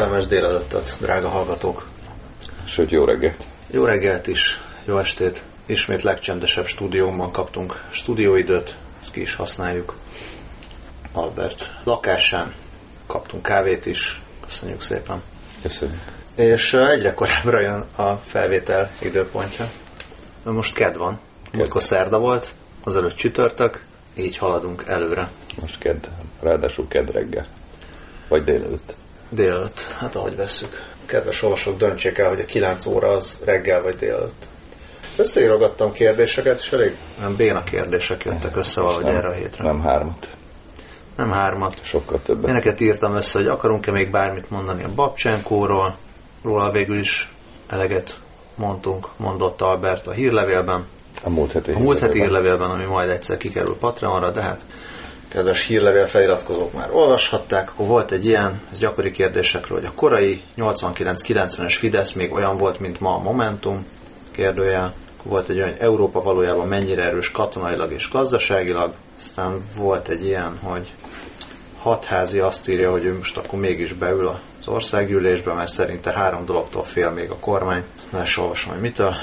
Kellemes délelőttet, drága hallgatók. Sőt, jó reggelt. Jó reggelt is, jó estét. Ismét legcsendesebb stúdiómban kaptunk stúdióidőt, ezt ki is használjuk. Albert lakásán kaptunk kávét is, köszönjük szépen. Köszönjük. És egyre korábbra jön a felvétel időpontja. Most kedd van, múltkor szerda volt, azelőtt csütörtök, így haladunk előre. Most kedd, ráadásul kedd reggel. Vagy délelőtt. Délelőtt, hát ahogy vesszük. Kedves olvasók, döntsék el, hogy a 9 óra az reggel vagy délelőtt. Összeírogattam kérdéseket, és elég béna kérdések jöttek össze valahogy erre a hétre. Nem hármat. Nem hármat. Sokkal többet. Éneket írtam össze, hogy akarunk-e még bármit mondani a Babcsenkóról. Róla végül is eleget mondott Albert a hírlevélben. A múlt heti hírlevélben, ami majd egyszer kikerül Patreonra, de hát kedves hírlevél feliratkozók már olvashatták. Akkor volt egy ilyen, ez gyakori kérdésekről, hogy a korai 89-90-es Fidesz még olyan volt, mint ma a Momentum, kérdőjel. Akkor volt egy olyan, hogy Európa valójában mennyire erős katonailag és gazdaságilag. Aztán volt egy ilyen, hogy Hatházi azt írja, hogy ő most akkor mégis beül az országgyűlésbe, mert szerinte 3 dologtól fél még a kormány. Na, és olvasom, hogy mitől.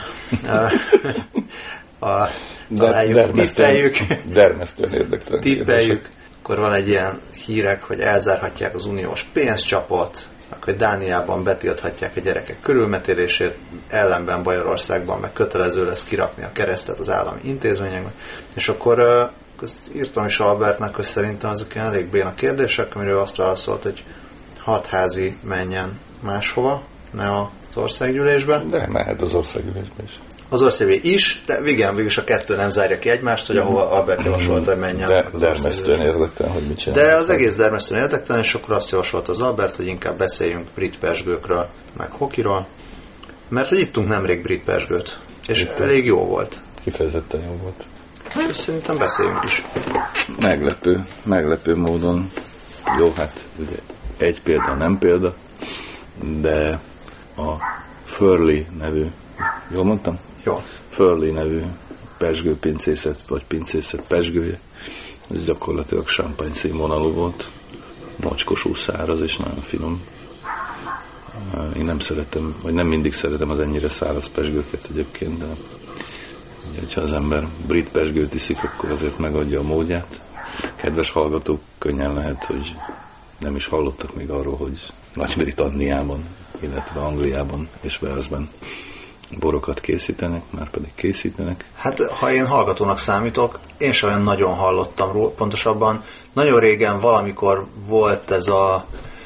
Dermesztően érdektelen. Tippeljük. Akkor van egy ilyen hírek, hogy elzárhatják az uniós pénzcsapot, akkor Dániában betilthatják a gyerekek körülmetélését, ellenben Bajorországban meg kötelező lesz kirakni a keresztet az állami intézményekben. És akkor azt írtam is Albertnek, hogy szerintem ezek elég béna kérdések, amiről azt válaszolt, hogy Hatházi menjen máshova, ne az országgyűlésbe. De mehet az országgyűlésbe is. Az országgyűlésbe is, de igen, végülis a kettő nem zárja ki egymást, hogy ahova Albert javasolta, hogy menjen. De dermesztően érdektelen, hogy mit csinál. De az egész dermesztően érdektelen, és akkor azt javasolt az Albert, hogy inkább beszéljünk brit pezsgőkről, meg hokiról, mert hogy ittunk nemrég brit pezsgőt, és elég jó volt. Kifejezetten jó volt. És szerintem beszéljünk is. Meglepő módon. Jó, hát ugye egy példa nem példa, de a Furley nevű, jól mondtam? Jó. Furley nevű pezsgőpincészet, vagy pincészet pezsgője, ez gyakorlatilag champagne színvonalú volt, mocskosú, száraz és nagyon finom. Én nem szeretem, vagy nem mindig szeretem az ennyire száraz pezsgőket egyébként, de ha az ember brit pezsgőt iszik, akkor azért megadja a módját. Kedves hallgatók, könnyen lehet, hogy nem is hallottak még arról, hogy Nagy-Britanniában, illetve Angliában és Walesben borokat készítenek, már pedig készítenek. Hát, ha én hallgatónak számítok, én sem olyan nagyon hallottam róla, pontosabban nagyon régen valamikor volt ez a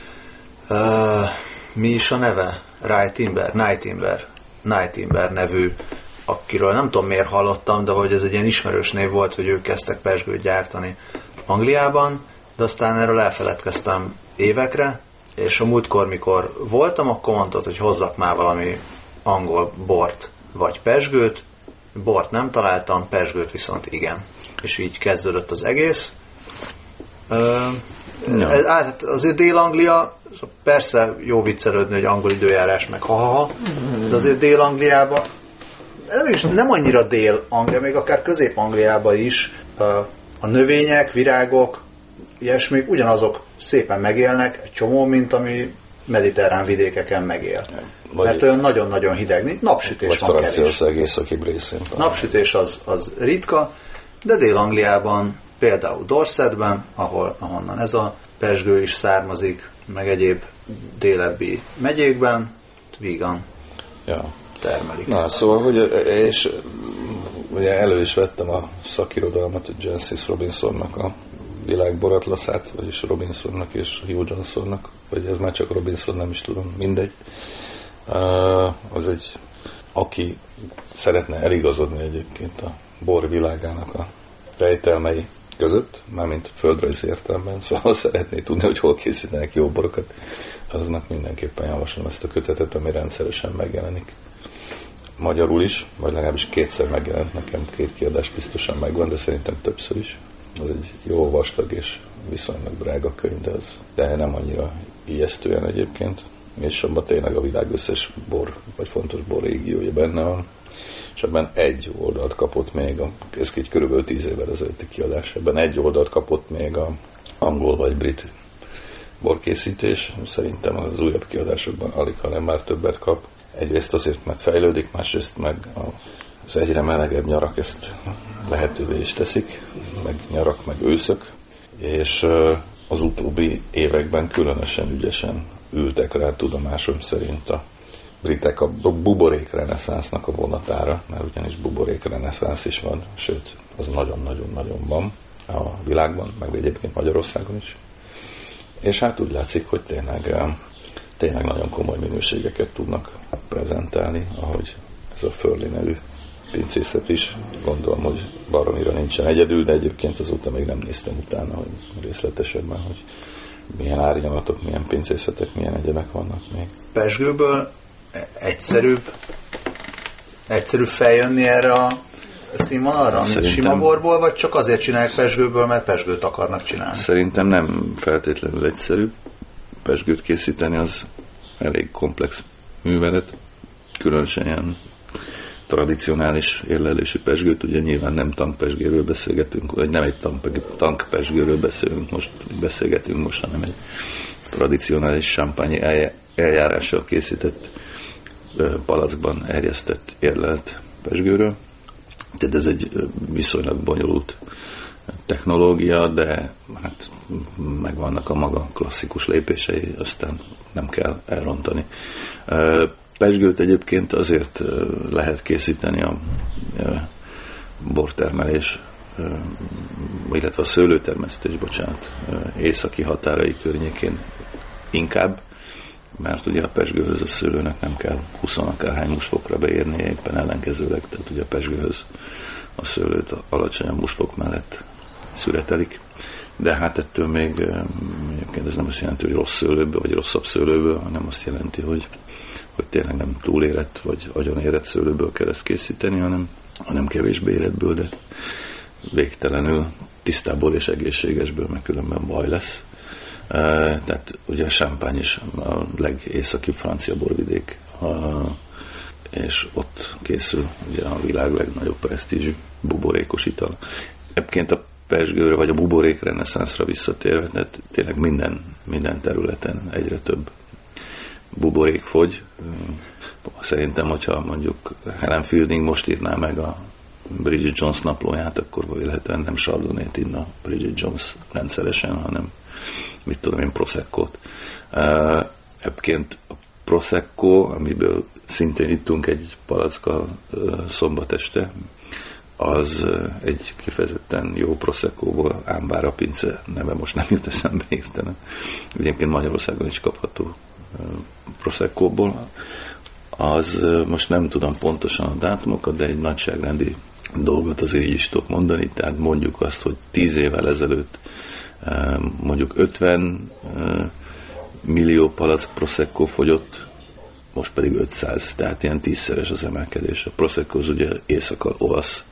mi is a neve? Night Timber nevű, akiről nem tudom miért hallottam, de hogy ez egy ilyen ismerős név volt, hogy ők kezdtek pezsgőt gyártani Angliában, de aztán erről elfeledkeztem évekre, és a múltkor, mikor voltam, akkor mondtad, hogy hozzak már valami angol bort vagy pezsgőt. Bort nem találtam, pezsgőt viszont igen. És így kezdődött az egész. Hát azért Dél-Anglia, persze jó viccelődni, hogy angol időjárás, meg ha-ha-ha, de azért Dél-Angliában, nem annyira Dél-Anglia, még akár Közép-Angliában is a növények, virágok, ilyesmik ugyanazok szépen megélnek, egy csomó, mint ami mediterrán vidékeken megél. Mert olyan nagyon-nagyon hideg, napsütés van kevés. Franciaország északibb részén. Napsütés az ritka, de Dél-Angliában, például Dorsetben, ahonnan ez a pezsgő is származik, meg egyéb délebbi megyékben, vígan termelik. Na, szóval, hogy, és ugye elő is vettem a szakirodalmat, a Jancis Robinsonnak a világboratlaszát, vagyis Robinsonnak és Hugh Johnsonnak, vagy ez már csak Robinson, nem is tudom, mindegy. Az egy, aki szeretne eligazodni egyébként a bor világának a rejtelmei között, mármint földrajzi értelemben, szóval szeretné tudni, hogy hol készítenek jó borokat, aznak mindenképpen javaslom ezt a kötetet, ami rendszeresen megjelenik. Magyarul is, vagy legalábbis 2-szer megjelent, nekem 2 kiadás biztosan megvan, de szerintem többször is. Az egy jó vastag és viszonylag drága könyv, de nem annyira ijesztően egyébként. És abban tényleg a világ összes bor, vagy fontos bor régiója benne van. És ebben 1 oldalt kapott még, ez így körülbelül 10 évvel ezelőtti kiadás, ebben 1 oldalt kapott még a angol vagy brit borkészítés. Szerintem az újabb kiadásokban alig, ha nem már többet kap. Egyrészt azért, mert fejlődik, másrészt meg az egyre melegebb nyarak ezt lehetővé is teszik, meg nyarak, meg őszök, és az utóbbi években különösen ügyesen ültek rá tudomásom szerint a britek a buborékreneszánsznak a vonatára, mert ugyanis buborékreneszánsz is van, sőt, az nagyon-nagyon-nagyon van a világban, meg egyébként Magyarországon is. És hát úgy látszik, hogy tényleg nagyon komoly minőségeket tudnak prezentálni, ahogy ez a Furley nevű pincészet is. Gondolom, hogy baromira nincsen egyedül, de egyébként azóta még nem néztem utána, hogy részletesebben, hogy milyen árnyalatok, milyen pincészetek, milyen egyebek vannak még. Pezsgőből egyszerűbb feljönni erre a színvonalra, mint sima borból, vagy csak azért csinálják pezsgőből, mert pezsgőt akarnak csinálni? Szerintem nem feltétlenül egyszerű. Pezsgőt készíteni az elég komplex művelet, különösen ilyen tradicionális érlelésű pezsgőt, ugye nyilván nem tankpezsgőről beszélgetünk, vagy nem egy tankpezsgőről beszélgetünk most, hanem egy tradicionális champagne eljárással készített, palackban erjesztett érlelt pezsgőről. Tehát ez egy viszonylag bonyolult technológia, de hát megvannak a maga klasszikus lépései, aztán nem kell elrontani. Pezsgőt egyébként azért lehet készíteni a bortermelés, illetve a szőlőtermesztés, északi határai környékén inkább, mert ugye a pezsgőhöz a szőlőnek nem kell 20 akárhány mustfokra beérnie, éppen ellenkezőleg, tehát ugye a pezsgőhöz a szőlőt alacsonyabb mustfok mellett szüretelik. De hát ettől még egyébként ez nem azt jelenti, hogy rossz szőlőből, vagy rosszabb szőlőből, hanem azt jelenti, hogy tényleg nem túlérett, vagy agyonérett szőlőből kell ezt készíteni, hanem kevésbé érettből, de végtelenül tisztából és egészségesből, meg különben baj lesz. Tehát ugye a Champagne is a legészakibb francia borvidék, és ott készül ugye a világ legnagyobb presztízsű buborékos ital. Egyébként a pezsgőre vagy a buborék reneszánszra visszatérve, tehát tényleg minden területen egyre több buborék fogy. Szerintem, hogyha mondjuk Helen Fielding most írná meg a Bridget Jones naplóját, akkor véletlenül nem Chardonnay-t inna Bridget Jones rendszeresen, hanem mit tudom én, Proseccót. Egyébként a Prosecco, amiből szintén ittunk egy palackkal szombat este, az egy kifejezetten jó Proseccóból, ám bár a pince neve most nem jut eszembe hirtelen. Egyébként Magyarországon is kapható Proseccóból. Az most nem tudom pontosan a dátumokat, de egy nagyságrendi dolgot azért így is tudok mondani, tehát mondjuk azt, hogy 10 évvel ezelőtt mondjuk 50 millió palack Prosecco fogyott, most pedig 500, tehát ilyen 10-szeres az emelkedés. A Prosecco az ugye észak-olasz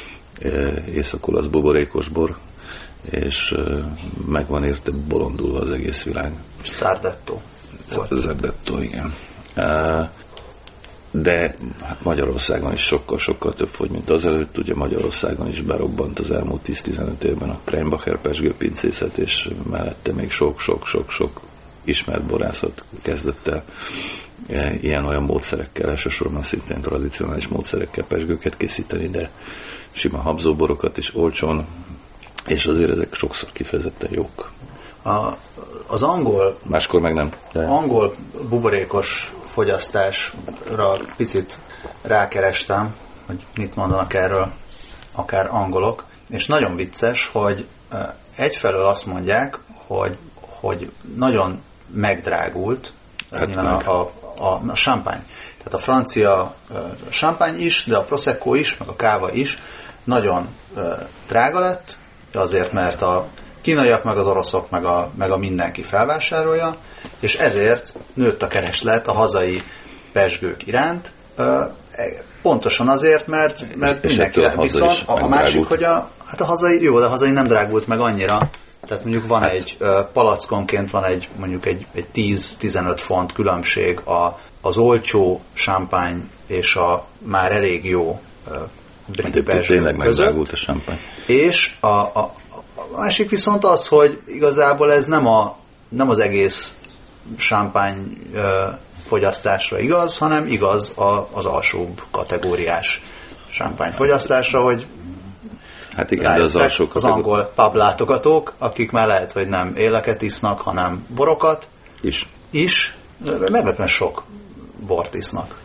buborékos bor, és meg van érte bolondulva az egész világ. És Zardetto. Zardetto, igen. De hát Magyarországon is sokkal több fogy, mint azelőtt. Ugye Magyarországon is berobbant az elmúlt 10-15 évben a Kreinbacher pezsgőpincészet, és mellette még sok ismert borászat kezdett el ilyen-olyan módszerekkel, elsősorban szintén tradicionális módszerekkel pezsgőket készíteni, de sima habzóborokat is olcsón, és azért ezek sokszor kifejezetten jók. Az angol... Máskor meg nem. De... angol buborékos fogyasztásra picit rákerestem, hogy mit mondanak erről akár angolok, és nagyon vicces, hogy egyfelől azt mondják, hogy nagyon megdrágult a champagne. Tehát a francia champagne is, de a Prosecco is, meg a káva is nagyon drága lett, azért, mert a kínaiak, meg az oroszok, meg a mindenki felvásárolja, és ezért nőtt a kereslet a hazai pezsgők iránt, pontosan azért, mert mindenki viszont a másik, hogy a hazai, jó, de a hazai nem drágult meg annyira, tehát mondjuk van egy palackonként van mondjuk egy 10-15 font különbség az olcsó champagne és a már elég jó brit pezsgő között. A champagne. És a másik viszont az, hogy igazából ez nem az egész sámpány fogyasztásra igaz, hanem igaz az alsóbb kategóriás sámpányfogyasztásra, hogy hát igen, de az angol pub látogatók, akik már lehet, hogy nem éleket isznak, hanem borokat is meglepően sok bort isznak.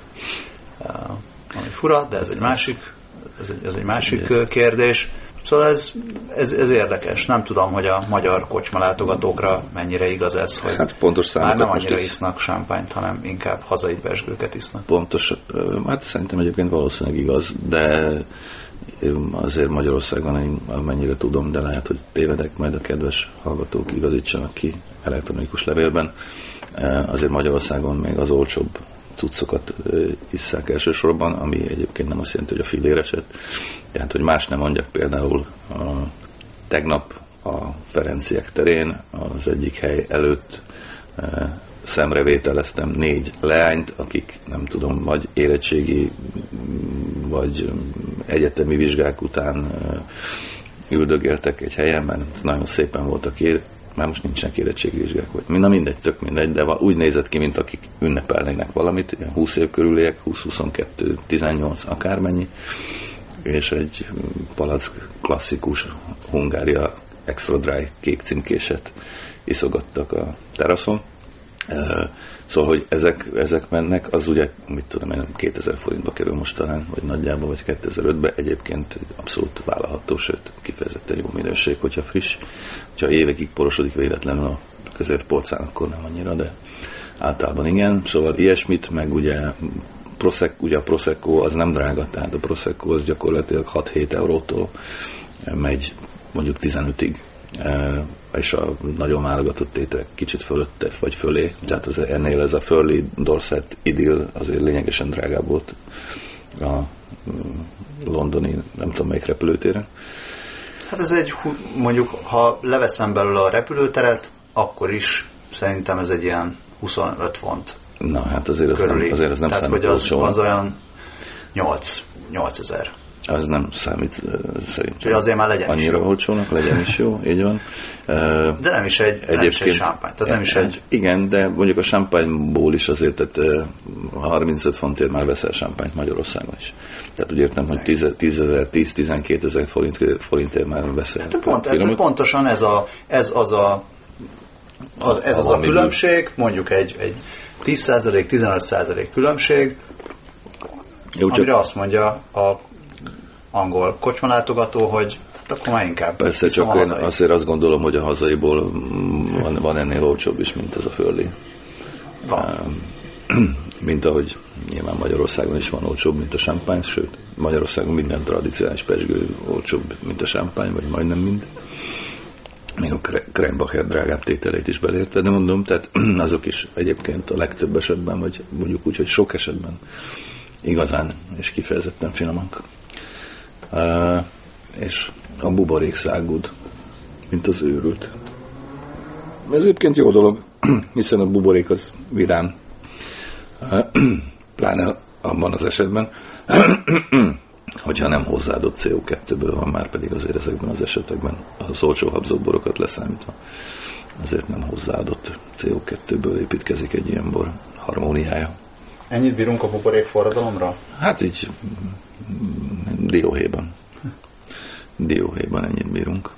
Ami fura, de ez egy másik kérdés. Szóval ez érdekes. Nem tudom, hogy a magyar kocsmalátogatókra mennyire igaz ez, hogy hát pontos már nem annyira isznak sámpányt, hanem inkább hazai pezsgőket isznak. Pontos, hát szerintem egyébként valószínűleg igaz, de azért Magyarországon én mennyire tudom, de lehet, hogy tévedek, majd a kedves hallgatók igazítsanak ki elektronikus levélben. Azért Magyarországon még az olcsóbb cuccokat isszák elsősorban, ami egyébként nem azt jelenti, hogy a filléreset. Tehát, hogy más nem mondjak, például tegnap a Ferenciek terén az egyik hely előtt szemrevételeztem 4 leányt, akik nem tudom, vagy érettségi, vagy egyetemi vizsgák után üldögéltek egy helyen, mert nagyon szépen voltak már most nincsenek érettségi vizsgák, vagy mindegy, tök mindegy, de úgy nézett ki, mint akik ünnepelnének valamit, 20 év körüliek, 20-22, 18, akármennyi, és egy palack klasszikus Hungária Extra Dry kék címkéset iszogattak a teraszon. Szóval, hogy ezek mennek, az ugye, mit tudom én, 2000 forintba kerül most talán, vagy nagyjából, vagy 2005-ben, egyébként abszolút vállalható, sőt, kifejezetten jó minőség, hogyha friss. Ha évekig porosodik véletlenül a közért porcán, akkor nem annyira, de általában igen. Szóval ilyesmit, meg ugye a Prosecco az nem drága, tehát a Prosecco az gyakorlatilag 6-7 eurótól megy mondjuk 15-ig. És a nagyon válogatott tételek kicsit fölötte vagy fölé, tehát ennél ez a Furley Dorset Idyll azért lényegesen drágább volt a londoni, nem tudom melyik repülőtéren. Hát ez mondjuk, ha leveszem belőle a repülőteret, akkor is szerintem ez egy ilyen 25 font. Na, hát azért ez nem tehát, számít olcsóan. Az olyan 8000. Az nem számít szerintem. Hogy azért már legyen annyira olcsónak, legyen is jó, így van. De nem is egy sámpány. Tehát nem is egy... Igen, de mondjuk a sámpányból is azért, tehát 35 fontért már veszel sámpányt Magyarországon is. Tehát úgy értem, hogy 10-12 ezer forintért már veszel. Hát pontosan ez az a különbség, mondjuk egy 10%, 15% különbség, jó, amire azt mondja a angol kocsmalátogató, hogy akkor már inkább. Persze, csak én azért azt gondolom, hogy a hazaiból van ennél olcsóbb is, mint ez a Furley. Van. Mint ahogy nyilván Magyarországon is van olcsóbb, mint a sámpány, sőt, Magyarországon minden tradicionális pezsgő olcsóbb, mint a sámpány, vagy majdnem mind. Még a Krembacher drágább tételét is belérte, de mondom, tehát azok is egyébként a legtöbb esetben, vagy mondjuk úgy, hogy sok esetben igazán és kifejezetten finomak. És a buborék szágud, mint az őrült. Ez egyébként jó dolog, hiszen a buborék az vidám, pláne abban az esetben, hogyha nem hozzáadott CO2-ből van, már pedig azért ezekben az esetekben az olcsó habzóborokat leszámítva, azért nem hozzáadott CO2-ből építkezik egy ilyen bor harmóniája. Ennyit bírunk a buborék forradalomra? Hát így dióhéjban ennyit bírunk.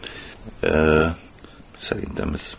Szerintem ez...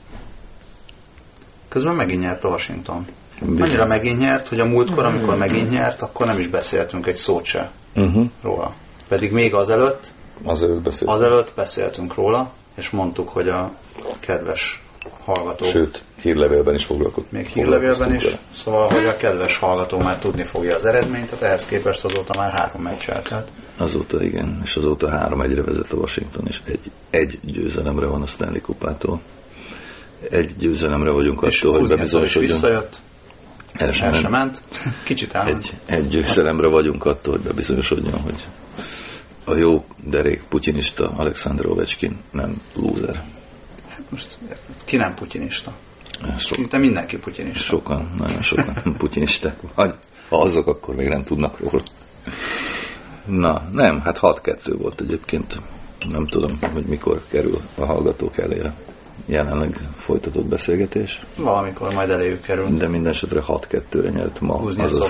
Közben megint nyert a Washington. Annyira megint nyert, hogy a múltkor, amikor megint nyert, akkor nem is beszéltünk egy szót se róla. Pedig még azelőtt beszéltünk róla, és mondtuk, hogy a kedves hallgató... Sőt, hírlevélben is foglalkoztunk. Még hírlevélben is, szóval, hogy a kedves hallgató már tudni fogja az eredményt, tehát ehhez képest azóta már 3 meccs eltelt. Azóta igen, és azóta 3-1-re vezet a Washington, és egy győzelemre van a Stanley Kupától. Egy győzelemre vagyunk attól, hogy bebizonyosodjon. Visszajött. El sem ment. Kicsit elment. Egy győzelemre vagyunk attól, hogy bebizonyosodjon, hogy a jó derék putyinista Alexander Ovechkin nem lúzer. Hát most ki nem putyinista? Szinte mindenki putyinista. Sokan, nagyon sokan putyinisták. Ha azok, akkor még nem tudnak róla. Na, nem, hát 6-2 volt egyébként. Nem tudom, hogy mikor kerül a hallgatók elére. jelenleg folytatott beszélgetés. Valamikor majd eléjük kerül. De minden esetre 6-2-re nyert ma, azaz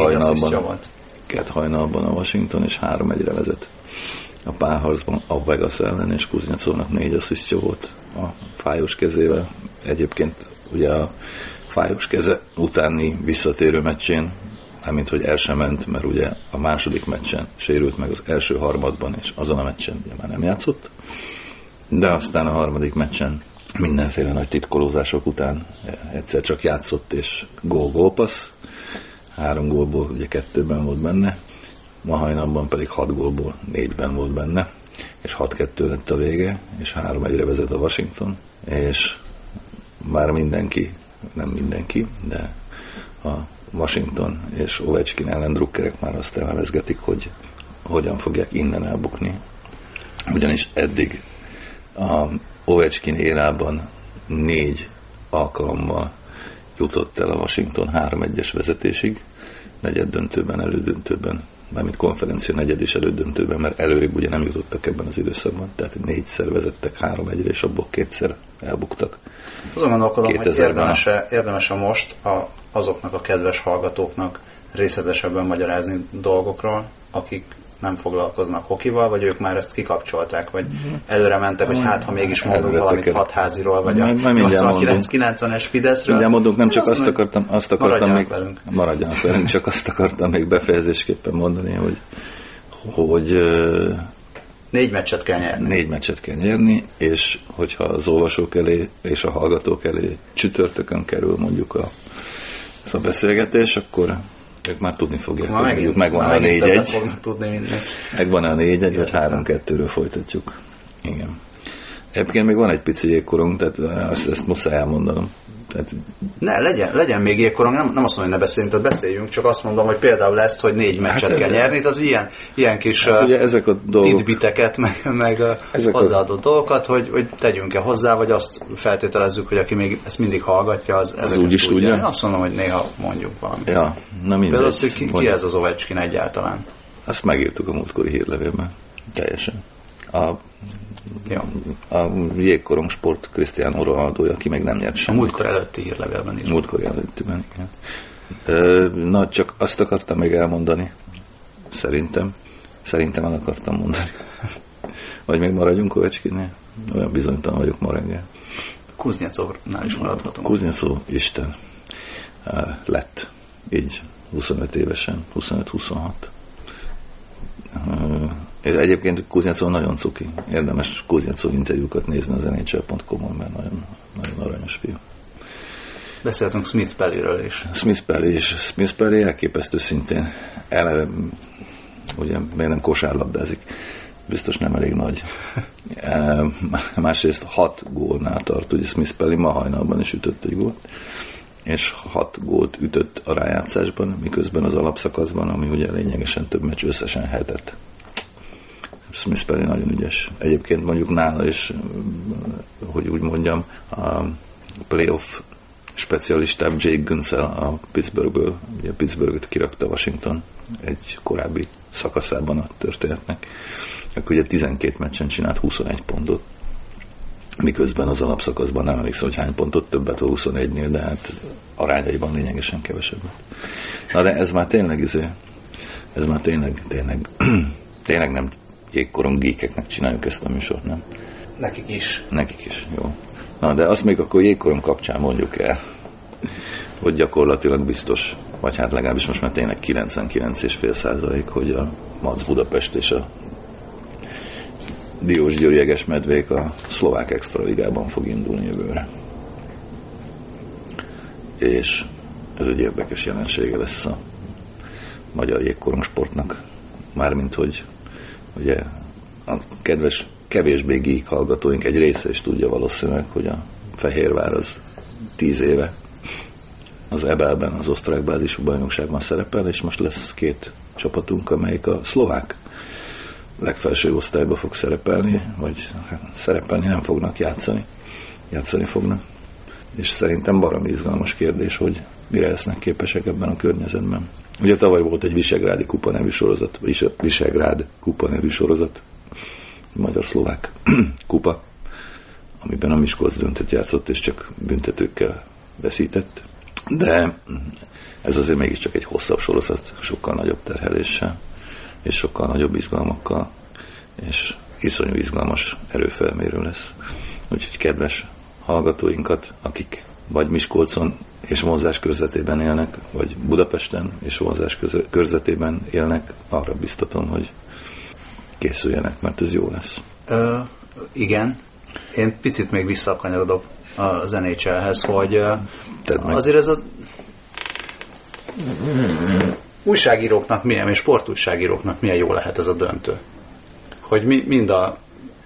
kett hajnalban a Washington, és 3-1-re vezet a párharcban a Vegas ellen, és Kuznecovnak 4 asszisztja volt a fájós kezével. Egyébként ugye a fájós keze utáni visszatérő meccsén, mármint hogy el sem ment, mert ugye a második meccsen sérült meg az első harmadban, és azon a meccsen ugye már nem játszott, de aztán a harmadik meccsen mindenféle nagy titkolózások után egyszer csak játszott, és gól-gólpassz, 3 gólból ugye 2-ben volt benne, ma hajnalban pedig 6 gólból 4-ben volt benne, és 6-2 lett a vége, és 3-1-re vezet a Washington, és már mindenki, nem mindenki, de a Washington és Ovechkin ellen drukkerek már azt elemezgetik, hogy hogyan fogják innen elbukni. Ugyanis eddig a Ovechkin érában 4 alkalommal jutott el a Washington 3-1-es vezetésig, negyeddöntőben, elődöntőben, mármint konferencia negyed és elődöntőben, mert előrébb ugye nem jutottak ebben az időszakban, tehát 4-szer vezettek 3-1-re, és abból 2-szer elbuktak. Azon gondolkodom, hogy érdemes-e most azoknak a kedves hallgatóknak részletesebben magyarázni dolgokról, akik nem foglalkoznak hokival, vagy ők már ezt kikapcsolták, vagy előre mentek, hogy hát, ha mégis mondunk valamit Hatháziról, vagy a 89-90-es Fideszről. Mindjárt mondok, nem csak azt akartam még, maradjanak velünk, csak azt akartam még befejezésképpen mondani, hogy 4 meccset kell nyerni. 4 meccset kell nyerni, és hogyha az olvasók elé és a hallgatók elé csütörtökön kerül mondjuk a beszélgetés, akkor ők már tudni fogják, hogy megvan a 4-1. Megvan a 4-1, vagy 3-2-ről folytatjuk. Igen. Egyébként még van egy pici jégkorong, tehát ezt muszáj elmondanom. Tehát... Ne, legyen még jégkorong, nem azt mondom, hogy ne beszéljünk, tehát beszéljünk, csak azt mondom, hogy például ezt, hogy 4 meccset kell nyerni, tehát ilyen kis ezek a dolgok, titbiteket, meg hozzáadott dolgokat, hogy tegyünk-e hozzá, vagy azt feltételezzük, hogy aki még ezt mindig hallgatja, az úgy is tudja. Én azt mondom, hogy néha mondjuk valamit. Ja, na mindegy. Például az, hogy ki ez az Ovechkin egyáltalán? Azt megírtuk a múltkori hírlevélben. Teljesen. A jégkorong sport Cristiano Ronaldo, aki még nem nyert semmit. A múltkor előtti hírlevélben is. Múltkor előttiben, igen. Na, csak azt akartam még elmondani. Szerintem el akartam mondani. Vagy még maradjunk Ovechkinnél? Olyan bizonytalan vagyok ma reggel. Kuznecovnál is maradhatunk. Kuznecov Isten lett. Így 25 évesen, 25-26. Egyébként Kuznecov nagyon cuki. Érdemes Kuznecov interjúkat nézni az NHL.com-on, mert nagyon, nagyon aranyos fiú. Beszéltünk Smith Pellyről is. Smith Pelly elképesztő szintén. Eleve, ugye, miért nem kosárlabdázik? Biztos nem elég nagy. Másrészt 6 gólnál tart. Ugye Smith Pelly ma hajnalban is ütött egy gólt, és 6 gólt ütött a rájátszásban, miközben az alapszakaszban, ami ugye lényegesen több meccs, összesen 7-et. Smith Pelly nagyon ügyes. Egyébként mondjuk nála is, hogy úgy mondjam, a playoff specialistább Jake Gunsel a Pittsburghből, ugye Pittsburghet kirakta Washington egy korábbi szakaszában a történetnek. Akkor ugye 12 meccsen csinált 21 pontot, miközben az alapszakaszban nem emlékszem, hogy hány pontot, többet a 21-nél, de hát arányaiban lényegesen kevesebbet. Na de ez már tényleg nem jégkorong geekeknek csináljuk ezt a műsort, nem? Nekik is, jó. Na, de azt még akkor jégkorong kapcsán mondjuk el, hogy gyakorlatilag biztos, vagy hát legalábbis most már tényleg 99,5%, hogy a Mac Budapest és a Diósgyőri Jegesmedvék a szlovák extraligában fog indulni jövőre. És ez egy érdekes jelensége lesz a magyar jégkorong sportnak. Mármint, hogy ugye a kedves, kevésbé geek hallgatóink egy része is tudja valószínűleg, hogy a Fehérvár az 10 éve az EBL-ben, az osztrák bázisú bajnokságban szerepel, és most lesz 2 csapatunk, amelyik a szlovák legfelső osztályba fog szerepelni, vagy szerepelni nem fognak, játszani fognak. És szerintem baromi izgalmas kérdés, hogy mire lesznek képesek ebben a környezetben. Ugye tavaly volt egy Visegrádi kupa nevű sorozat, Visegrád kupa nevű sorozat, magyar-szlovák kupa, amiben a Miskolc döntőt játszott, és csak büntetőkkel veszített. De ez azért mégiscsak egy hosszabb sorozat, sokkal nagyobb terheléssel, és sokkal nagyobb izgalmakkal, és iszonyú izgalmas erőfelmérő lesz. Úgyhogy kedves hallgatóinkat, akik vagy Miskolcon és vonzás körzetében élnek, vagy Budapesten és vonzás körzetében élnek, arra biztatom, hogy készüljenek, mert ez jó lesz. Igen. Én picit még visszakanyarodok az NHL-hez, hogy azért ez a újságíróknak milyen, és sportújságíróknak milyen jó lehet ez a döntő. Hogy mind a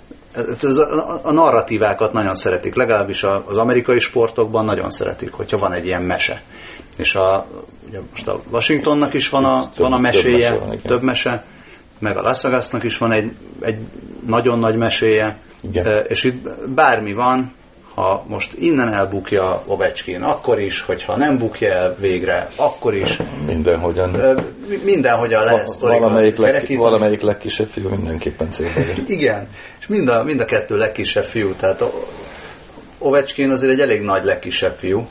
narratívákat nagyon szeretik, legalábbis az amerikai sportokban nagyon szeretik, hogyha van egy ilyen mese. És ugye most a Washingtonnak is van a meséje, több mese, meg a Las Vegasnak is van egy nagyon nagy meséje, és itt bármi van, ha most innen elbukja Ovechkin, akkor is, hogyha nem bukja el végre, akkor is. Mindenhogyan lehet sztorikat kerekíteni. Valamelyik legkisebb fiú mindenképpen célba. Igen, és mind a kettő legkisebb fiú, tehát Ovechkin azért egy elég nagy legkisebb fiú,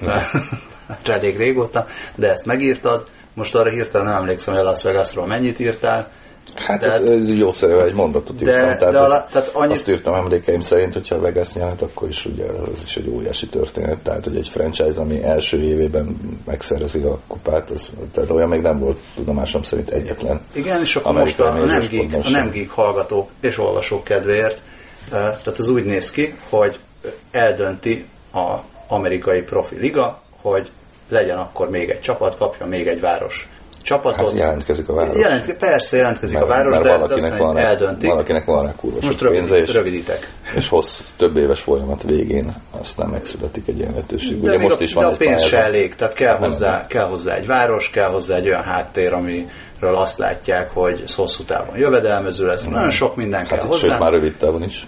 elég régóta, de ezt megírtad, most arra hirtelen nem emlékszem, hogy a Las Vegasról mennyit írtál. Hát jó szerűen egy mondatot írtam, tehát azt írtam emlékeim szerint, hogyha a Vegas nyert, akkor is ugye ez is egy óriási történet, tehát hogy egy franchise, ami első évében megszerzi a kupát, tehát olyan még nem volt tudomásom szerint egyetlen. Igen, és akkor most a nem geek hallgatók és olvasók kedvéért, tehát ez úgy néz ki, hogy eldönti az amerikai profi liga, hogy legyen akkor még egy csapat, kapja még egy város csapatot. Hát jelentkezik a város. Persze jelentkezik a város, de azt eldöntik. Valakinek van rá kurva most rövidítek. És több éves folyamat végén aztán megszületik egy ilyen lehetőség. Ugye most is van a pénz se elég, tehát kell hozzá egy város, kell hozzá egy olyan háttér, amiről azt látják, hogy hosszú távon jövedelmező lesz. Nagyon sok minden kell hozzá. Sőt, már rövid távon is.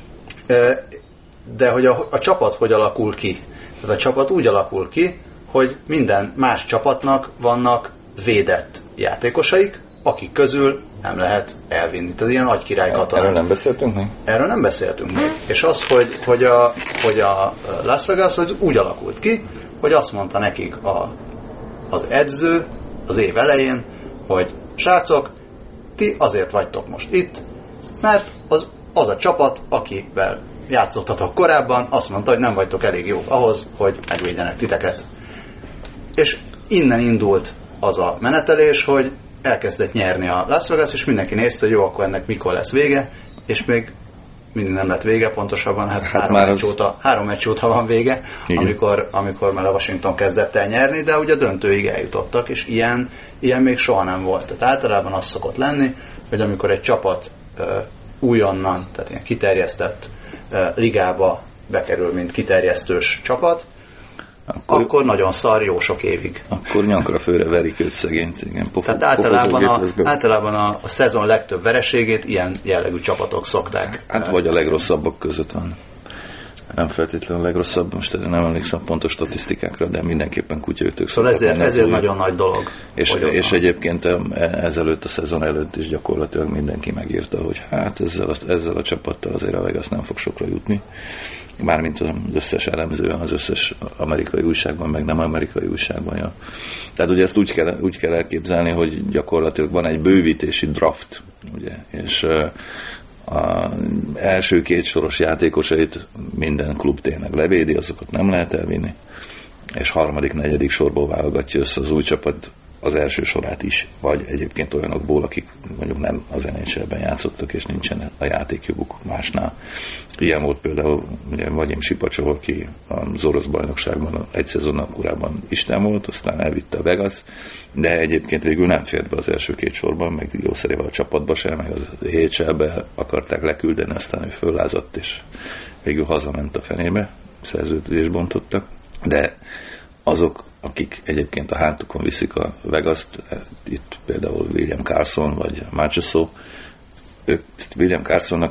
De hogy a csapat hogy alakul ki? Tehát a csapat úgy alakul ki, hogy minden más csapatnak vannak védett játékosaik, akik közül nem lehet elvinni. Tehát ilyen nagy király katonát. Erről nem beszéltünk még? Erről nem beszéltünk még. És az, hogy a Las Vegas úgy alakult ki, hogy azt mondta nekik az edző az év elején, hogy srácok, ti azért vagytok most itt, mert az a csapat, akivel játszottatok korábban, azt mondta, hogy nem vagytok elég jók ahhoz, hogy megvédjenek titeket. És innen indult az a menetelés, hogy elkezdett nyerni a Las Vegas, és mindenki nézte, hogy jó, akkor ennek mikor lesz vége, és még mindig nem lett vége, pontosabban három meccs óta van vége, amikor már a Washington kezdett el nyerni, de ugye a döntőig eljutottak, és ilyen még soha nem volt. Tehát általában az szokott lenni, hogy amikor egy csapat újonnan, tehát ilyen kiterjesztett ligába bekerül, mint kiterjesztős csapat, akkor nagyon szar jó sok évig. Akkor nyankra főre verik őt szegényt. Igen, tehát általában a szezon legtöbb vereségét ilyen jellegű csapatok szokták. Hát vagy a legrosszabbak között van. Nem feltétlenül a legrosszabb, most nem emlékszem pontos statisztikákra, de mindenképpen kutyaütők szoktak. Szóval ezért nagyon nagy dolog. És egyébként ezelőtt a szezon előtt is gyakorlatilag mindenki megírta, hogy hát ezzel a csapattal azért a Vegas nem fog sokra jutni. Mármint az összes elemző, az összes amerikai újságban, meg nem amerikai újságban. Ja. Tehát ugye ezt úgy kell elképzelni, hogy gyakorlatilag van egy bővítési draft, ugye, és az első két soros játékosait minden klub tényleg levédi, azokat nem lehet elvinni, és harmadik, negyedik sorból válogatja össze az új csapat az első sorát is, vagy egyébként olyanokból, akik mondjuk nem az NHL-ben játszottak, és nincsen a játékjoguk másnál. Ilyen volt például ugye Vadim Sipacsov, aki az orosz bajnokságban egy szezonnal korábban isten volt, aztán elvitte a Vegas, de egyébként végül nem fért be az első két sorban, meg jószerével a csapatba sem, meg az EHL-be akarták leküldeni, aztán ő föllázadt, és végül hazament a fenébe, szerződést bontottak, de azok, akik egyébként a hátukon viszik a Vegas-t, itt például William Carlson vagy Marchessault, William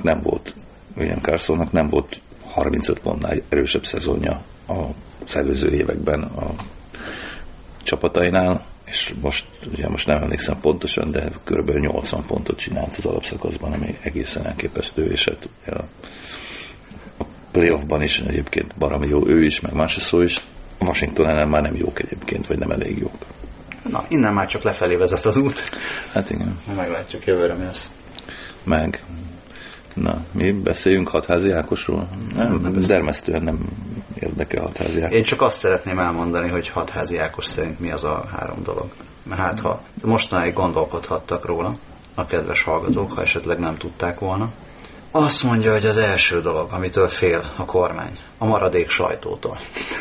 Carlsonnak nem volt 35 pontnál erősebb szezonja az előző években a csapatainál, és most nem emlékszem pontosan, de kb. 80 pontot csinált az alapszakaszban, ami egészen elképesztő, és hát a playoffban is egyébként baromi jó, ő is, meg Manchester is. Washington ellen már nem jók egyébként, vagy nem elég jók. Na, innen már csak lefelé vezet az út. Hát igen. Meglátjuk jövőre mi lesz. Meg. Na, mi beszéljünk Hatházi Ákosról? Nem dermesztően nem érdekel Hatházi Ákos. Én csak azt szeretném elmondani, hogy Hatházi Ákos szerint mi az a 3 dolog. Mert hát, ha mostanáig gondolkodhattak róla a kedves hallgatók, ha esetleg nem tudták volna. Azt mondja, hogy az első dolog, amitől fél a kormány, a maradék sajtótól.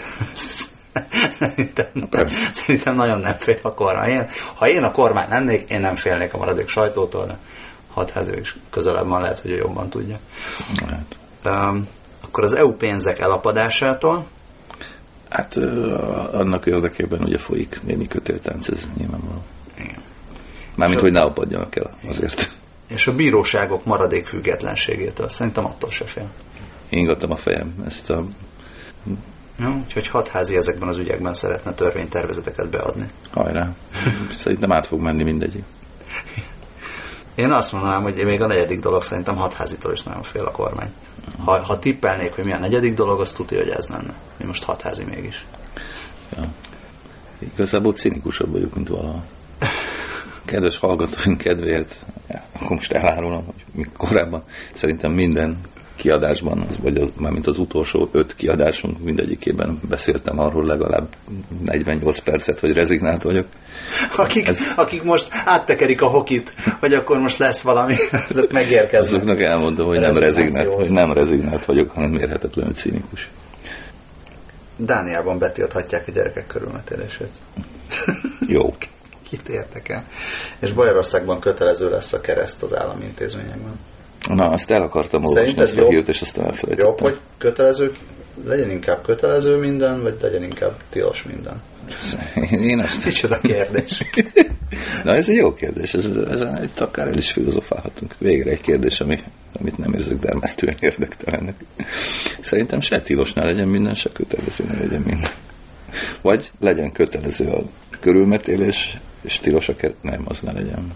Szerintem nagyon nem fél a kormány. Ha én a kormány lennék, én nem félnék a maradék sajtótól, de Hatházi is közelebb van, lehet, hogy ő jobban tudja. Hát. Akkor az EU pénzek elapadásától? Hát annak érdekében ugye folyik némi kötéltánc, ez nyilvánvaló. Igen. Mármint, hogy ne apadjanak el azért. És a bíróságok maradék függetlenségétől. Szerintem attól se fél. Ingattam a fejem ezt a... Jó, úgyhogy Hatházi ezekben az ügyekben szeretne törvénytervezeteket beadni. Hajrá. Szerintem át fog menni mindegyik. Én azt mondanám, hogy még a 4. dolog szerintem Hatházitól is nagyon fél a kormány. Ha tippelnék, hogy mi a 4. dolog, azt tudja, hogy ez lenne. Mi most Hatházi mégis. Ja. Igazából cinikusabb vagyok, mint valaha. Kedves hallgatóink kedvéért, akkor most elárulom, hogy korábban szerintem minden kiadásban, vagy mármint az utolsó 5 kiadásunk mindegyikében beszéltem arról legalább 48 percet, hogy rezignált vagyok. Akik most áttekerik a hokit, hogy akkor most lesz valami, azok megérkeznek. Azoknak elmondom, hogy nem rezignált vagyok, hanem mérhetetlenül cínikus. Dániában betilthatják a gyerekek körülmetélését. Jó. Kit érdekel? És Bajorországban kötelező lesz a kereszt az állami intézményekben. Na, azt el akartam olvasni, ezt a hírt, és aztán elfelejtettem. Jobb, hogy kötelező, legyen inkább kötelező minden, vagy legyen inkább tilos minden? Én azt... Micsoda kérdés. Na, ez egy jó kérdés, ez itt akár el is filozofálhatunk. Végre egy kérdés, amit nem érzek dermesztően érdektelennek. Szerintem se tilos ne legyen minden, se kötelező ne legyen minden. Vagy legyen kötelező a körülmetélés, és tilos a nem, az ne legyen.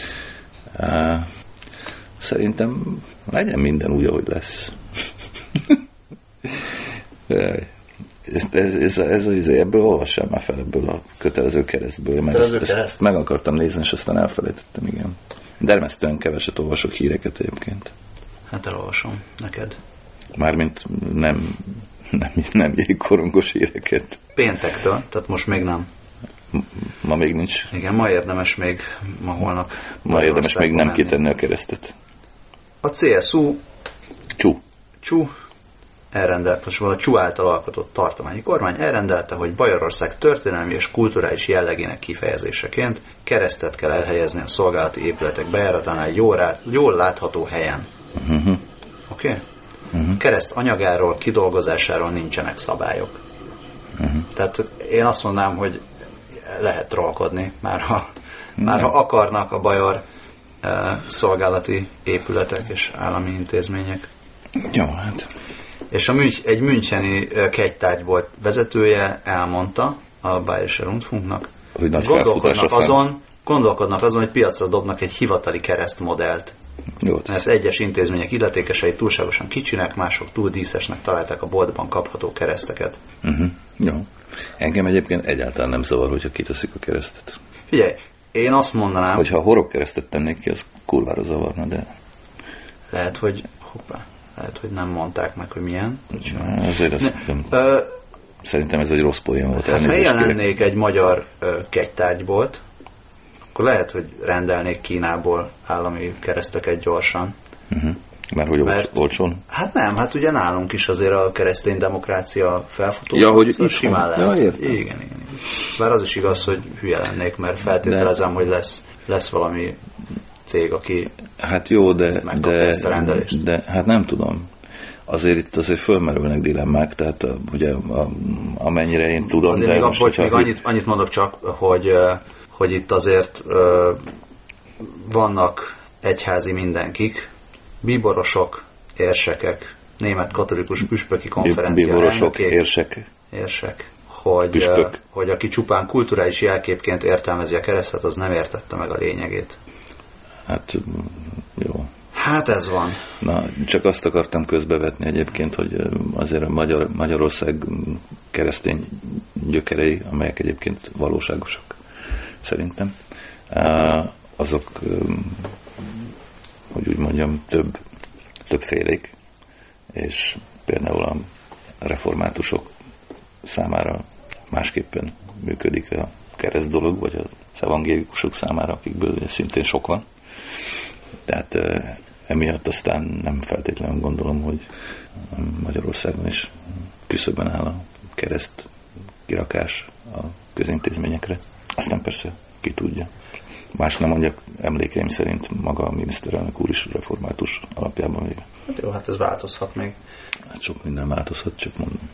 Szerintem legyen minden úgy, ahogy lesz. Ebből olvassam már fel, ebből a kötelező keresztből, mert ezt meg akartam nézni, és aztán elfelejtettem, igen. Dermesztően keveset olvasok híreket egyébként. Hát elolvasom neked. Mármint nem jégkorongos híreket. Péntektől, tehát most még nem. Ma még nincs. Igen, ma érdemes még, holnap. Ma érdemes még nem kitenni a keresztet. A CSU Csú elrendelt, most a Csú által alkotott tartományi kormány elrendelte, hogy Bajorország történelmi és kulturális jellegének kifejezéseként keresztet kell elhelyezni a szolgálati épületek bejáratánál jól látható helyen. Oké? Kereszt anyagáról, kidolgozásáról nincsenek szabályok. Tehát én azt mondanám, hogy lehet trollkodni, már ha akarnak a bajor szolgálati épületek és állami intézmények. Jó, hát. És egy müncheni kegytárgy volt vezetője, elmondta a Bayerische Rundfunknak, hogy gondolkodnak azon, hogy piacra dobnak egy hivatali keresztmodellt. Jó, mert egyes intézmények illetékesei túlságosan kicsinek, mások túl díszesnek találták a boltban kapható kereszteket. Jó. Engem egyébként egyáltalán nem zavar, hogyha kiteszik a keresztet. Figyelj, én azt mondanám... Hogyha a horog keresztet tennék ki, az kurvára zavarna, de... Lehet, hogy nem mondták meg, hogy milyen. Azért azt szerintem ez egy rossz poén volt. Hát, ha ilyen lennék egy magyar kegytárgybolt, akkor lehet, hogy rendelnék Kínából állami kereszteket gyorsan. Mert olcsón? Hát nem, hát ugye nálunk is azért a keresztény demokrácia felfutó. Ja, hogy szóval simán lehet. Ja, igen. Bár az is igaz, hogy hülye lennék, mert feltételezem, hogy lesz valami cég, aki hát jó, megkapja ezt a rendelést. De hát nem tudom. Azért itt azért fölmerülnek dilemmák, tehát ugye amennyire én tudom. Azért de még annyit mondok csak, hogy itt azért vannak egyházi mindenkik, bíborosok, érsekek, német katolikus püspöki konferencia bíborosok, érsek. Hogy aki csupán kulturális jelképként értelmezi a keresztet, az nem értette meg a lényegét. Hát jó. Hát ez van. Na, csak azt akartam közbevetni egyébként, hogy azért a Magyarország keresztény gyökerei, amelyek egyébként valóságosak szerintem, azok, hogy úgy mondjam, többfélék, és például a reformátusok számára másképpen működik a kereszt dolog, vagy az evangélikusok számára, akikből szintén sok van. Tehát emiatt aztán nem feltétlenül gondolom, hogy Magyarországon is küszöbben áll a kereszt kirakás a közintézményekre. Aztán persze ki tudja. Más nem mondjak, emlékeim szerint maga a miniszterelnök úr is református alapjában véve. Hát jó, hát ez változhat még. Hát sok minden változhat, csak mondom.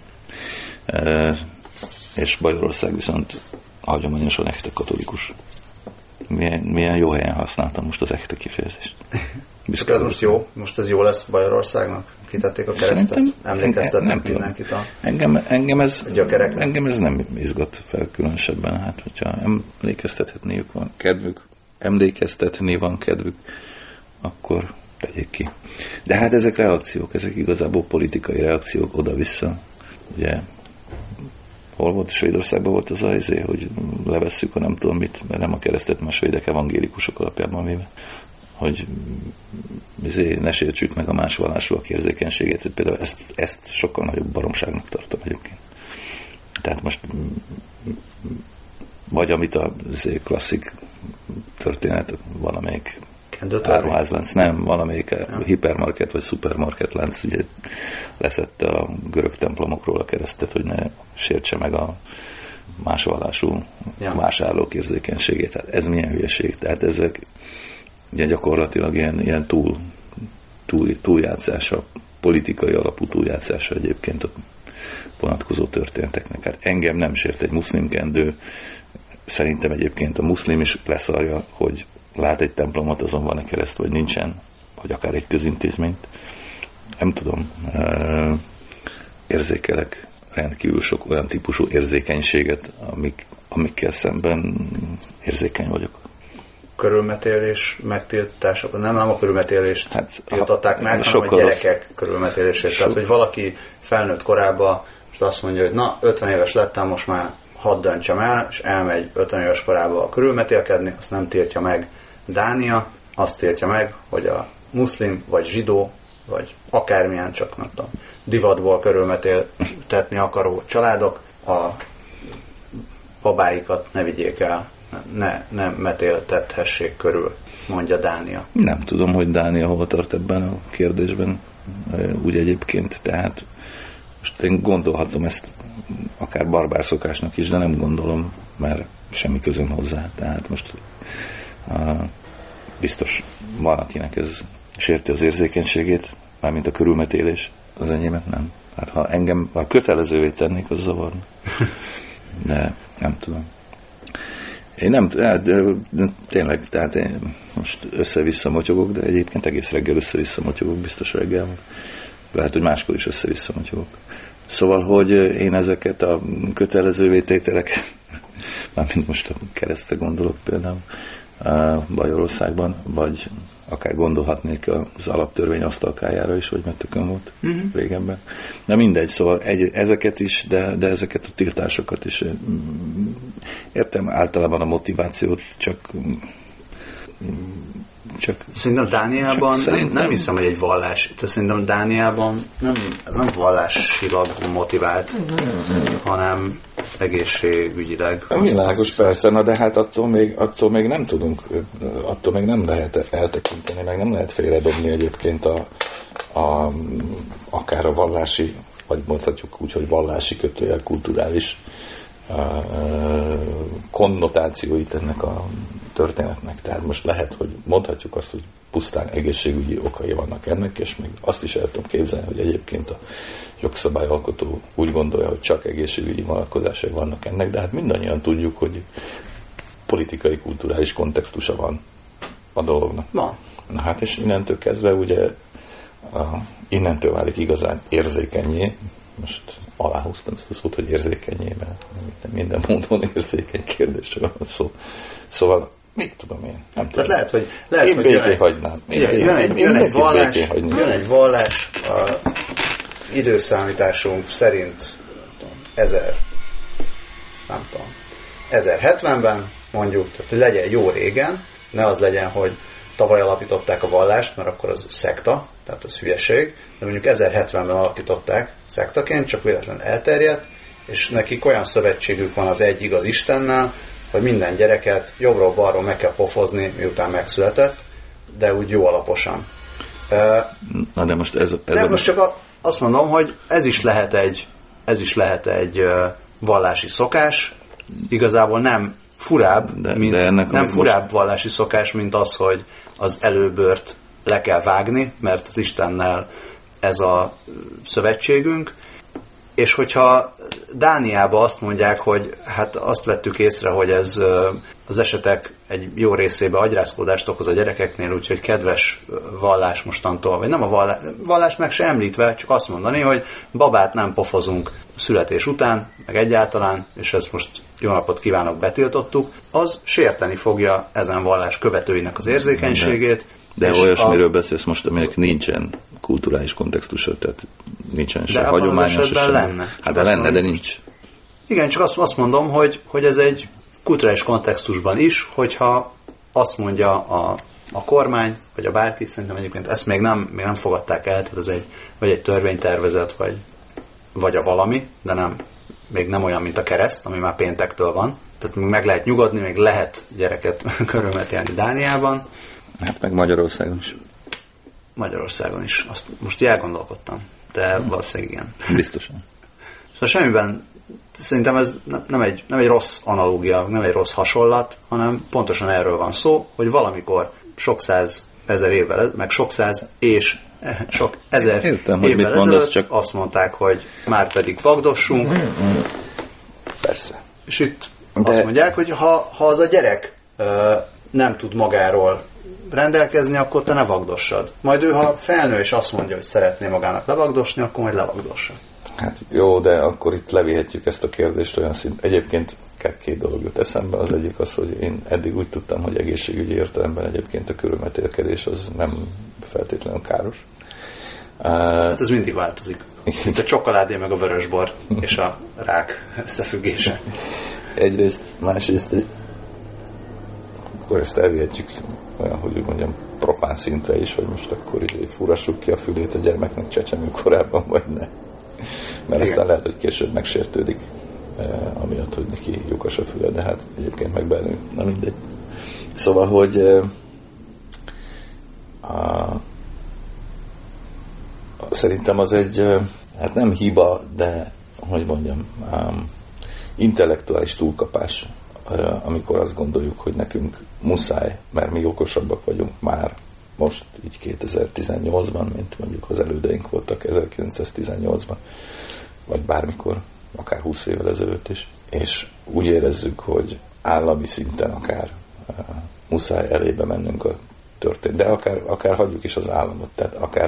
És Bajorország viszont hagyományosan echte katolikus. Milyen jó helyen használtam most az echte kifejezést. Csak ez most jó? Most ez jó lesz Bajorországnak? Kitették a keresztet? Emlékeztetnek mindenkit a gyökereknek? Engem ez nem izgat fel különösebben. Hát, hogyha emlékeztetni van kedvük, akkor tegyék ki. De hát ezek reakciók, ezek igazából politikai reakciók oda-vissza. Ugye, hol volt? Svédországban volt az hogy levesszük a nem tudom mit, mert nem a keresztet, mert a svédek evangélikusok alapjában véve, hogy ne sértsük meg a más vallásúak érzékenységét, hogy például ezt sokkal nagyobb baromságnak tartom egyébként. Tehát most vagy amit a klasszik történet, valamelyik áruházlánc, nem, valamelyik hipermarket vagy szupermarket lánc ugye leszette a görög templomokról a keresztet, hogy ne sértse meg a más vallású vásárlók érzékenységét. Tehát ez milyen hülyeség. Tehát ezek ugye gyakorlatilag ilyen túljátszása, politikai alapú túljátszása egyébként a vonatkozó történeteknek. Hát engem nem sért egy muszlim kendő, szerintem egyébként a muszlim is leszarja, hogy lát egy templomot, azon van a kereszt, vagy nincsen, vagy akár egy közintézményt. Nem tudom, érzékelek rendkívül sok olyan típusú érzékenységet, amikkel szemben érzékeny vagyok. Körülmetélés megtiltások, nem a körülmetélést tiltották meg, hanem a gyerekek körülmetélését. Tehát, hogy valaki felnőtt korában most azt mondja, hogy na, 50 éves lettem, most már hadd döntsem el, és elmegy 50 éves korában körülmetélkedni, azt nem tiltja meg Dánia, azt tiltja meg, hogy a muszlim, vagy zsidó, vagy akármilyen, csak nem tudom, divatból körülmetéltetni akaró családok a babáikat ne vigyék el, ne metéltethessék körül, mondja Dánia. Nem tudom, hogy Dánia hova tart ebben a kérdésben, úgy egyébként, tehát most én gondolhatom ezt akár barbár szokásnak is, de nem gondolom, mert semmi közöm hozzá. Tehát most biztos van, akinek ez sérti az érzékenységét, mármint a körülmetélés, az enyémet nem. Hát ha engem kötelezővé tennék, az zavarna. De nem tudom. Én nem, tényleg, tehát én most össze-vissza motyogok, de egyébként egész reggel össze-vissza motyogok, biztos reggel. Lehet, hogy máskor is össze-vissza motyogok. Szóval, hogy én ezeket a kötelezővé tételek, mármint most a keresztre gondolok például Bajorországban, vagy akár gondolhatnék az alaptörvény asztalkájára is, hogy tökön volt régebben. De mindegy, szóval ezeket is, de ezeket a tiltásokat is. Értem általában a motivációt, csak szerintem Dániában nem hiszem, hogy egy vallás. Szerintem Dániában nem vallásilag motivált, hanem egészségügyileg. Világos, persze, na de hát attól még nem tudunk, attól még nem lehet eltekinteni, meg nem lehet félredobni egyébként akár a vallási, vagy mondhatjuk úgy, hogy vallási kötőjel kulturális konnotációit ennek a történetnek. Tehát most lehet, hogy mondhatjuk azt, hogy pusztán egészségügyi okai vannak ennek, és még azt is el tudom képzelni, hogy egyébként a jogszabályalkotó úgy gondolja, hogy csak egészségügyi vonatkozásai vannak ennek, de hát mindannyian tudjuk, hogy politikai, kulturális kontextusa van a dolognak. Van. Na hát, és innentől kezdve ugye innentől válik igazán érzékenyé, most aláhúztam ezt a szót, hogy érzékenyé, mert minden módon érzékeny kérdésre van szó. Szóval Mit tudom én? Nem Tehát lehet, hogy én békén hagynám. Jön egy vallás, a időszámításunk szerint 1070-ben mondjuk, tehát hogy legyen jó régen, ne az legyen, hogy tavaly alapították a vallást, mert akkor az szekta, tehát az hülyeség, de mondjuk 1070-ben alakították szektaként, csak véletlenül elterjedt, és nekik olyan szövetségük van az egy igaz Istennel, hogy minden gyereket jobbról-balról meg kell pofozni, miután megszületett, de úgy jó alaposan. Na de most most csak azt mondom, hogy ez is lehet egy vallási szokás, igazából nem furább, nem furább vallási szokás, mint az, hogy az előbört le kell vágni, mert az Istennel ez a szövetségünk, és hogyha Dániában azt mondják, hogy hát azt vettük észre, hogy ez az esetek egy jó részében agyrázkódást okoz a gyerekeknél, úgyhogy kedves vallás mostantól, vagy nem a vallás meg se említve, csak azt mondani, hogy babát nem pofozunk születés után, meg egyáltalán, és ezt most jó napot kívánok, betiltottuk, az sérteni fogja ezen vallás követőinek az érzékenységét. De olyasmiről beszélsz most, aminek nincsen kulturális kontextusa, tehát nincsen se hagyományos. De lenne. Hát de lenne, de nincs. Igen, csak azt mondom, hogy ez egy kulturális kontextusban is, hogyha azt mondja a kormány, vagy a bárki, szerintem egyébként ezt még nem fogadták el, tehát ez vagy egy törvénytervezet, vagy a valami, de még nem olyan, mint a kereszt, ami már péntektől van. Tehát még meg lehet nyugodni, még lehet gyereket körülmetélni Dániában. Hát meg Magyarországon is. Magyarországon is. Azt most elgondolkodtam, de valószínűleg igen. Biztosan. Szóval semmiben szerintem ez nem egy rossz analógia, nem egy rossz hasonlat, hanem pontosan erről van szó, hogy valamikor sok százezer évvel, meg sok száz és sok ezer évvel ezelőtt csak azt mondták, hogy már pedig vagdossunk. Persze. És itt azt mondják, hogy ha az a gyerek nem tud magáról rendelkezni, akkor te ne vagdossad. Majd ő, ha felnő és azt mondja, hogy szeretné magának levagdosni, akkor majd levagdossa. Hát jó, de akkor itt levihetjük ezt a kérdést olyan szint. Egyébként két dolog jut eszembe. Az egyik az, hogy én eddig úgy tudtam, hogy egészségügyi értelemben egyébként a körülmetélkedés az nem feltétlenül káros. Hát ez mindig változik. Mint a csokoládé meg a vörösbor és a rák összefüggése. Egyrészt, másrészt akkor ezt elvihetjük olyan, hogy úgy mondjam, profán szintre is, hogy most akkor furassuk ki a fülét a gyermeknek csecsemő korában, vagy ne. Mert aztán lehet, hogy később megsértődik, amiatt, hogy neki lyukas a füle, de hát egyébként meg belül, na mindegy. Szóval, hogy szerintem az egy, hát nem hiba, de hogy mondjam, intellektuális túlkapás, amikor azt gondoljuk, hogy nekünk muszáj, mert mi okosabbak vagyunk már most, így 2018-ban, mint mondjuk az elődeink voltak 1918-ban, vagy bármikor, akár 20 évvel ezelőtt is, és úgy érezzük, hogy állami szinten akár muszáj elébe mennünk a történet, de akár hagyjuk is az államot, tehát akár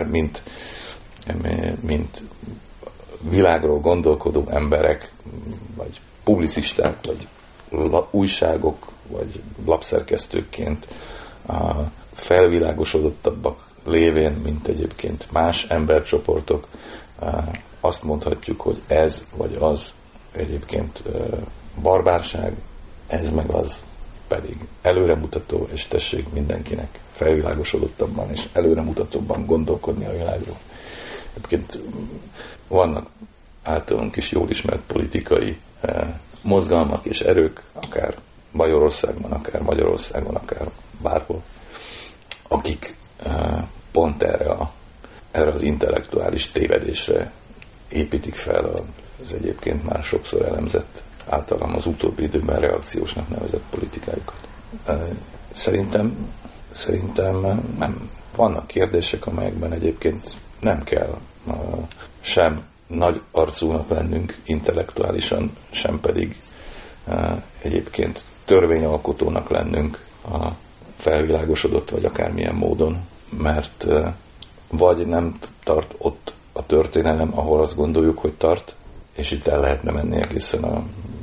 mint világról gondolkodó emberek, vagy publicisták, vagy újságok, vagy lapszerkesztőként felvilágosodottabbak lévén, mint egyébként más embercsoportok, azt mondhatjuk, hogy ez vagy az egyébként barbárság, ez meg az pedig előremutató, és tessék mindenkinek felvilágosodottabban és előremutatóbban gondolkodni a világról. Egyébként vannak általunk is jól ismert politikai mozgalmak és erők, akár Bajorországban, akár Magyarországon, akár bárhol, akik pont erre az intellektuális tévedésre építik fel az egyébként már sokszor elemzett, általán az utóbbi időben reakciósnak nevezett politikájukat. Szerintem nem. Vannak kérdések, amelyekben egyébként nem kell sem nagy arcúnak lennünk intellektuálisan, sem pedig egyébként törvényalkotónak lennünk a felvilágosodott, vagy akármilyen módon, mert vagy nem tart ott a történelem, ahol azt gondoljuk, hogy tart, és itt el lehetne menni egészen a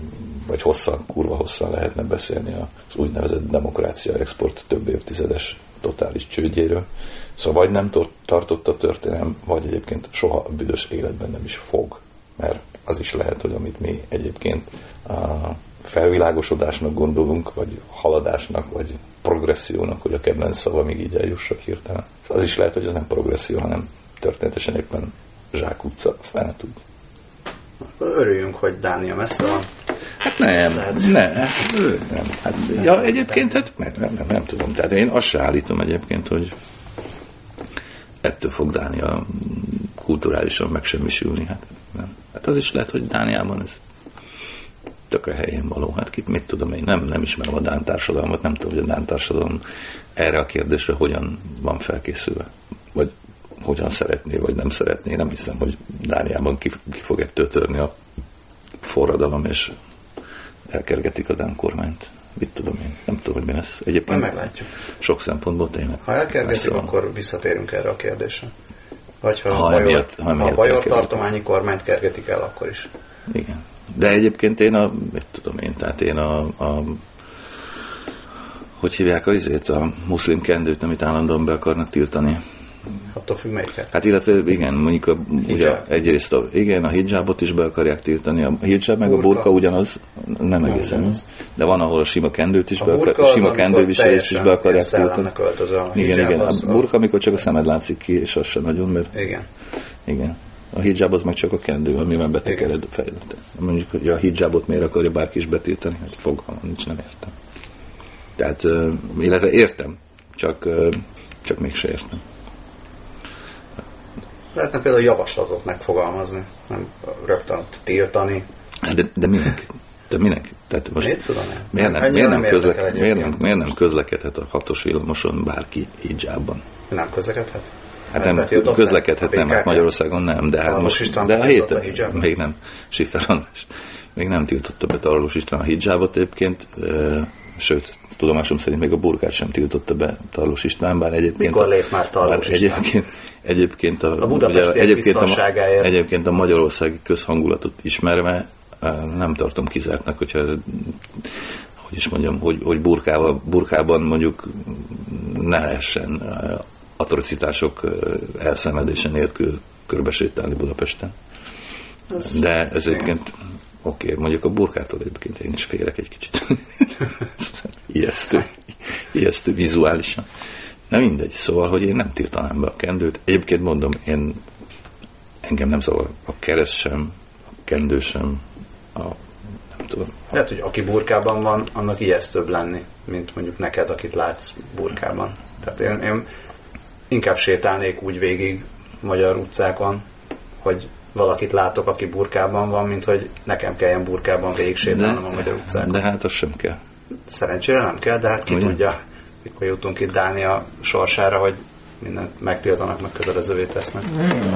vagy kurva hosszan lehetne beszélni az úgynevezett demokrácia export több évtizedes totális csődjéről. Szóval vagy nem tartott a történelem, vagy egyébként soha a büdös életben nem is fog. Mert az is lehet, hogy amit mi egyébként a felvilágosodásnak gondolunk, vagy haladásnak, vagy progressziónak, hogy a kedvenc szava még így eljussak hirtelen. Az is lehet, hogy az nem progresszió, hanem történetesen éppen zsákutca, fel ne tudj. Örüljünk, hogy Dánia messze van. Hát nem. Hát, ja, egyébként hát nem tudom. Tehát én azt se állítom egyébként, hogy ettől fog Dánia kulturálisan megsemmisülni. Hát, nem. Hát az is lehet, hogy Dániában ez tökre helyén való. Hát mit tudom én, nem ismerem a dán társadalmat, nem tudom, hogy a dán társadalom erre a kérdésre hogyan van felkészülve. Vagy hogyan szeretné, vagy nem szeretné. Nem hiszem, hogy Dániában ki fog ettől törni a forradalom, és elkergetik a dán kormányt. Mit tudom én? Nem tudom, hogy mi lesz. Egyébként meglátjuk. Sok szempontból tényleg. Ha elkergetik, akkor visszatérünk erre a kérdésre. Vagy ha a bajor tartományi kormányt kergetik el, akkor is. Igen. De egyébként én hogy hívják a muszlim kendőt, amit állandóan be akarnak tiltani. Attól függ melyiket. Hát illetve igen, mondjuk ugye egyrészt a hijabot is be akarják tiltani, a hijab meg a burka ugyanaz, nem egészen. De van, ahol a sima kendőt is sima kendőviselést is be akarják tiltani. Igen, a burka, amikor csak a szemed látszik ki, és az sem nagyon, mert igen. A hijab az meg csak a kendő, amivel betekered a fejlete. Mondjuk, hogy a hijabot miért akarja bárki is betiltani, hát fogalmam nincs, nem értem. Tehát, illetve értem, csak mégse értem. Lehetne például javaslatot megfogalmazni, nem rögtön tiltani. De minek? Tehát most mit tudom én? Miért nem közlekedhet a 6-os villamoson bárki hijabban? Nem közlekedhet? Hát nem közlekedhet, nem, hát Magyarországon nem, de hát most, de a héten még nem. Schiffer András még nem tiltotta be Tarlós István a hijabot egyébként, sőt, tudomásom szerint még a burkát sem tiltotta be Tarlós István, bár egyébként... Mikor lép már Tarlós István? Egyébként a budapesti biztonságáért. Egyébként a magyarországi közhangulatot ismerve nem tartom kizártnak, hogyha hogy is mondjam, hogy burkában mondjuk ne lehessen atrocitások elszenvedése nélkül körbesétálni Budapesten. De ez egyébként oké, mondjuk a burkától egyébként én is félek egy kicsit. Ijesztő vizuálisan. Na mindegy, szóval, hogy én nem tiltanám be a kendőt. Egyébként mondom, engem nem zavar a kereszt sem, a kendő sem, nem tudom. Lehet, hogy aki burkában van, annak ijesztőbb lenni, mint mondjuk neked, akit látsz burkában. Tehát én inkább sétálnék úgy végig magyar utcákon, hogy valakit látok, aki burkában van, mint hogy nekem kelljen burkában végig sétálnom a magyar utcákon. De hát az sem kell. Szerencsére nem kell, de hát ki tudja, mikor jutunk itt Dánia sorsára, hogy mindent megtiltanak, meg kötelezővé tesznek.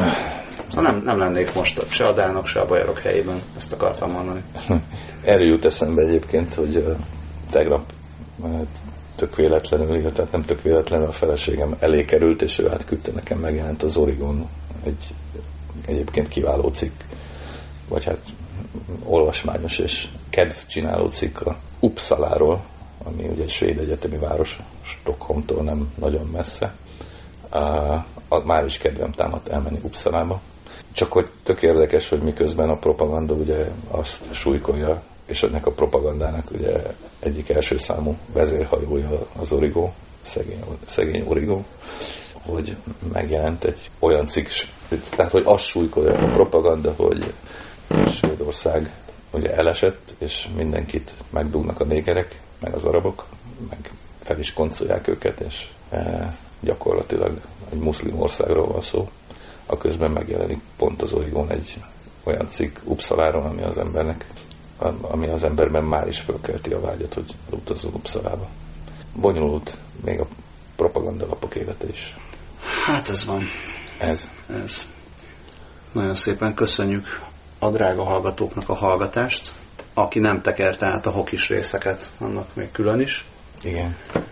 Nem lennék most se a dánok, se a bajorok helyében, ezt akartam mondani. Erről jut eszembe egyébként, hogy tegnap tök véletlenül, tehát nem tök véletlenül a feleségem elé került, és ő átküldte nekem, megjelent az Origon egy egyébként kiváló cikk, vagy hát olvasmányos és kedvcsináló cikk a Uppsaláról, ami ugye egy svéd egyetemi város, Stockholmtól nem nagyon messze. Már is kedvem támadt elmenni Uppsalába. Csak hogy tök érdekes, hogy miközben a propaganda ugye azt súlykolja, és ennek a propagandának ugye egyik első számú vezérhajója az Origo, szegény Origo, hogy megjelent egy olyan cikk, tehát hogy azt súlykolja a propaganda, hogy Svédország ugye elesett, és mindenkit megdugnak a négerek, meg az arabok, meg fel is koncolják őket, és gyakorlatilag egy muszlim országról van szó. Aközben megjelenik pont az Origon egy olyan cikk Uppsaláról, ami az emberben már is fölkelti a vágyat, hogy utazzon Uppsalába. Bonyolult még a propagandalapok élete is. Hát ez van. Ez. Nagyon szépen köszönjük a drága hallgatóknak a hallgatást. Aki nem tekerte át a hokis részeket, annak még külön is. Igen.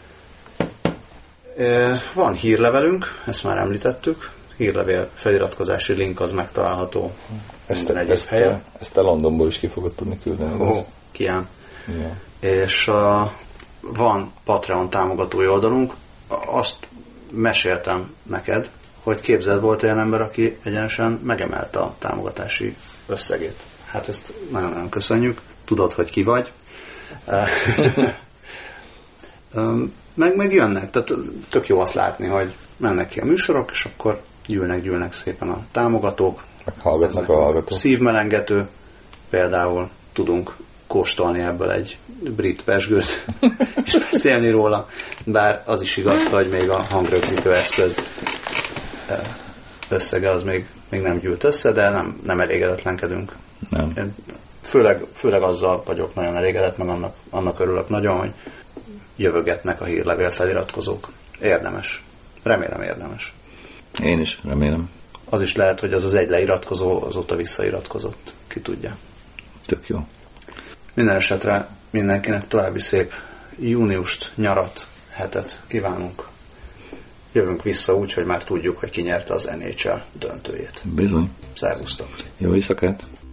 Van hírlevelünk, ezt már említettük. Hírlevél feliratkozási link az megtalálható minden egyéb helyen. Ezt a Londonból is ki fogod tudni küldeni. Kián. Yeah. És van Patreon támogatói oldalunk, azt meséltem neked, hogy képzeld, volt olyan ember, aki egyenesen megemelte a támogatási összegét. Hát ezt nagyon-nagyon köszönjük. Tudod, hogy ki vagy. meg jönnek. Tehát tök jó azt látni, hogy mennek ki a műsorok, és akkor gyűlnek szépen a támogatók. Meghallgatnak a hallgatók. Szívmelengető. Például tudunk kóstolni ebből egy brit pezsgőt, és beszélni róla. Bár az is igaz, hogy még a hangrögzítő eszköz összege az még nem gyűlt össze, de nem elégedetlenkedünk. Nem. Én főleg azzal vagyok nagyon elégedett, meg annak örülök nagyon, hogy jövögetnek a hírlevél feliratkozók. Érdemes. Remélem érdemes. Én is remélem. Az is lehet, hogy az egy leiratkozó azóta visszairatkozott. Ki tudja. Tök jó. Minden esetre mindenkinek további szép júniust, nyarat, hetet kívánunk. Jövünk vissza úgy, hogy már tudjuk, hogy ki nyerte az NHL döntőjét. Bizony. Szervusztok! Jó éjszakát!